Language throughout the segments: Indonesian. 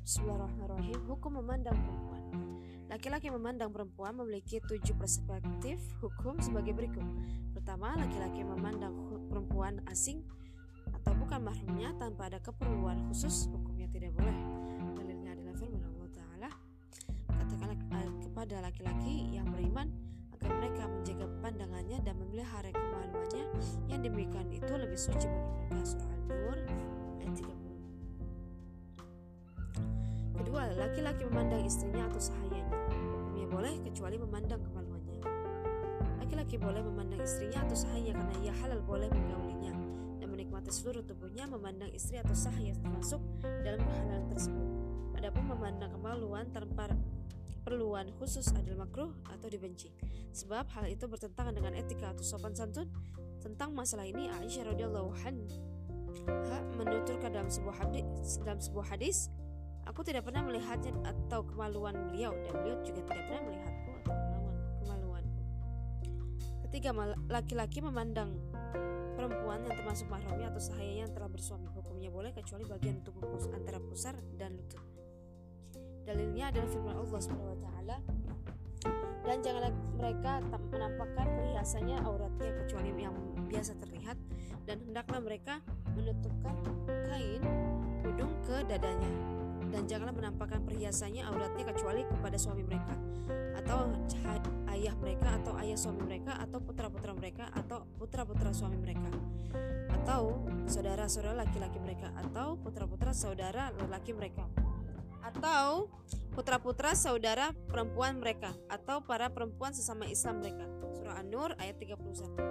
Bismillahirrahmanirrahim. Hukum memandang perempuan. Laki-laki memandang perempuan memiliki 7 perspektif hukum sebagai berikut. Pertama, laki-laki memandang perempuan asing atau bukan mahramnya tanpa ada keperluan khusus, hukumnya tidak boleh. Dalilnya adalah firman Allah Ta'ala, katakanlah kepada laki-laki yang beriman agar mereka menjaga pandangannya dan memelihara kemaluannya, yang demikian itu lebih suci bagi mereka. Surah An-Nur ayat 30. Kedua, laki-laki memandang istrinya atau sahayanya, hukumnya boleh kecuali memandang kemaluannya. Laki-laki boleh memandang istrinya atau sahaya karena ia halal boleh menggaulinya dan menikmati seluruh tubuhnya. Memandang istri atau sahaya termasuk dalam kehalalan tersebut. Adapun memandang kemaluan tanpa perluan khusus adalah makruh atau dibenci, sebab hal itu bertentangan dengan etika atau sopan santun. Tentang masalah ini, Aisyah radhiyallahu anha menuturkan dalam sebuah hadis, aku tidak pernah melihatnya atau kemaluan beliau, dan beliau juga tidak pernah melihatku atau kemaluanku. Ketiga, laki-laki memandang perempuan yang termasuk mahramnya atau sahayanya yang telah bersuami, hukumnya boleh kecuali bagian tubuh antara pusar dan lutut. Dalilnya adalah firman Allah SWT, dan janganlah mereka menampakkan perhiasannya auratnya kecuali yang biasa terlihat, dan hendaklah mereka menutupkan kain udung ke dadanya, dan janganlah menampakkan perhiasannya auratnya kecuali kepada suami mereka atau ayah mereka atau ayah suami mereka atau putra-putra mereka atau putra-putra suami mereka atau saudara-saudara laki-laki mereka atau putra-putra saudara lelaki mereka atau putra-putra saudara perempuan mereka atau para perempuan sesama Islam mereka. Surah An-Nur ayat 31.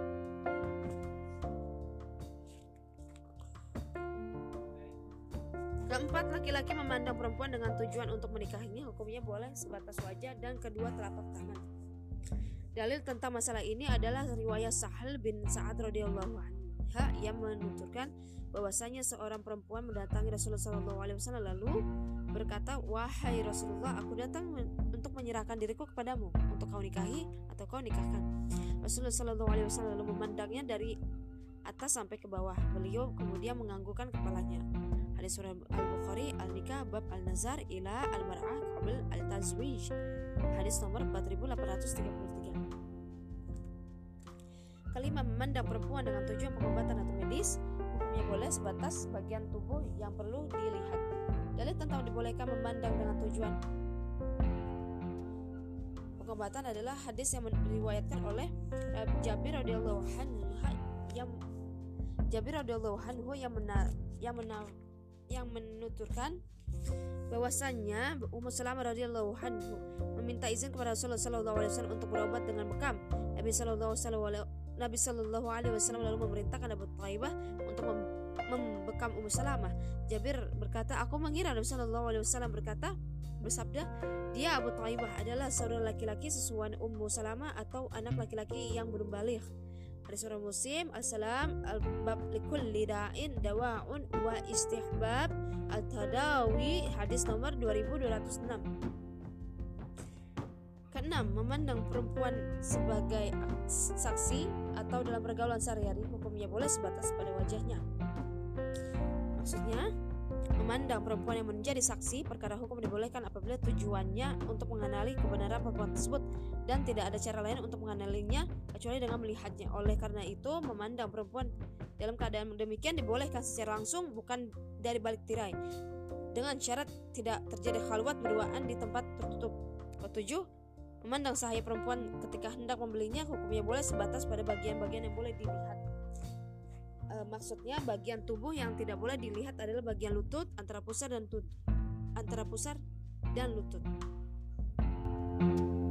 Keempat, laki-laki memandang perempuan dengan tujuan untuk menikahinya, hukumnya boleh sebatas wajah dan kedua telapak tangan. Dalil tentang masalah ini adalah riwayat Sahal bin Sa'ad radhiyallahu anha yang menuturkan bahwasanya seorang perempuan mendatangi Rasulullah SAW lalu berkata, wahai Rasulullah, aku datang untuk menyerahkan diriku kepadamu untuk kau nikahi atau kau nikahkan. Rasulullah SAW lalu memandangnya dari atas sampai ke bawah. Beliau kemudian menganggukkan kepalanya. Hadis surah Al-Bukhari, Al-Nikah, Bab Al-Nazar ila Al-Mar'ah Qabl Al-Tazwij, hadis nomor 4833. Kelima, memandang perempuan dengan tujuan pengobatan atau medis, hukumnya boleh sebatas bagian tubuh yang perlu dilihat. Dalil tentang dibolehkan memandang dengan tujuan pengobatan adalah hadis yang diriwayatkan oleh Jabir radhiyallahu anhu yang menuturkan bahwasannya Ummu Salamah radhiyallahu anhu meminta izin kepada Rasulullah sallallahu alaihi wasallam untuk berobat dengan bekam. Nabi sallallahu alaihi wasallam lalu memerintahkan Abu Thaibah untuk membekam Ummu Salamah. Jabir berkata, aku mengira Nabi sallallahu alaihi wasallam bersabda, dia Abu Thaibah adalah saudara laki-laki sesuai Ummu Salamah atau anak laki-laki yang belum baligh. Hadis surah Muslim, Al-Salam al-bab likulli da'in dawa'un wa istihbab al-tadawi, hadis nomor 2206. Keenam, memandang perempuan sebagai saksi atau dalam pergaulan sehari-hari, hukumnya boleh sebatas pada wajahnya. Maksudnya, memandang perempuan yang menjadi saksi perkara hukum dibolehkan apabila tujuannya untuk mengenali kebenaran perempuan tersebut dan tidak ada cara lain untuk mengenalinya kecuali dengan melihatnya. Oleh karena itu, memandang perempuan dalam keadaan demikian dibolehkan secara langsung, bukan dari balik tirai, dengan syarat tidak terjadi khalwat berduaan di tempat tertutup. Ketujuh, memandang sahaya perempuan ketika hendak membelinya, hukumnya boleh sebatas pada bagian-bagian yang boleh dilihat. Maksudnya bagian tubuh yang tidak boleh dilihat adalah bagian lutut, antara pusar dan lutut.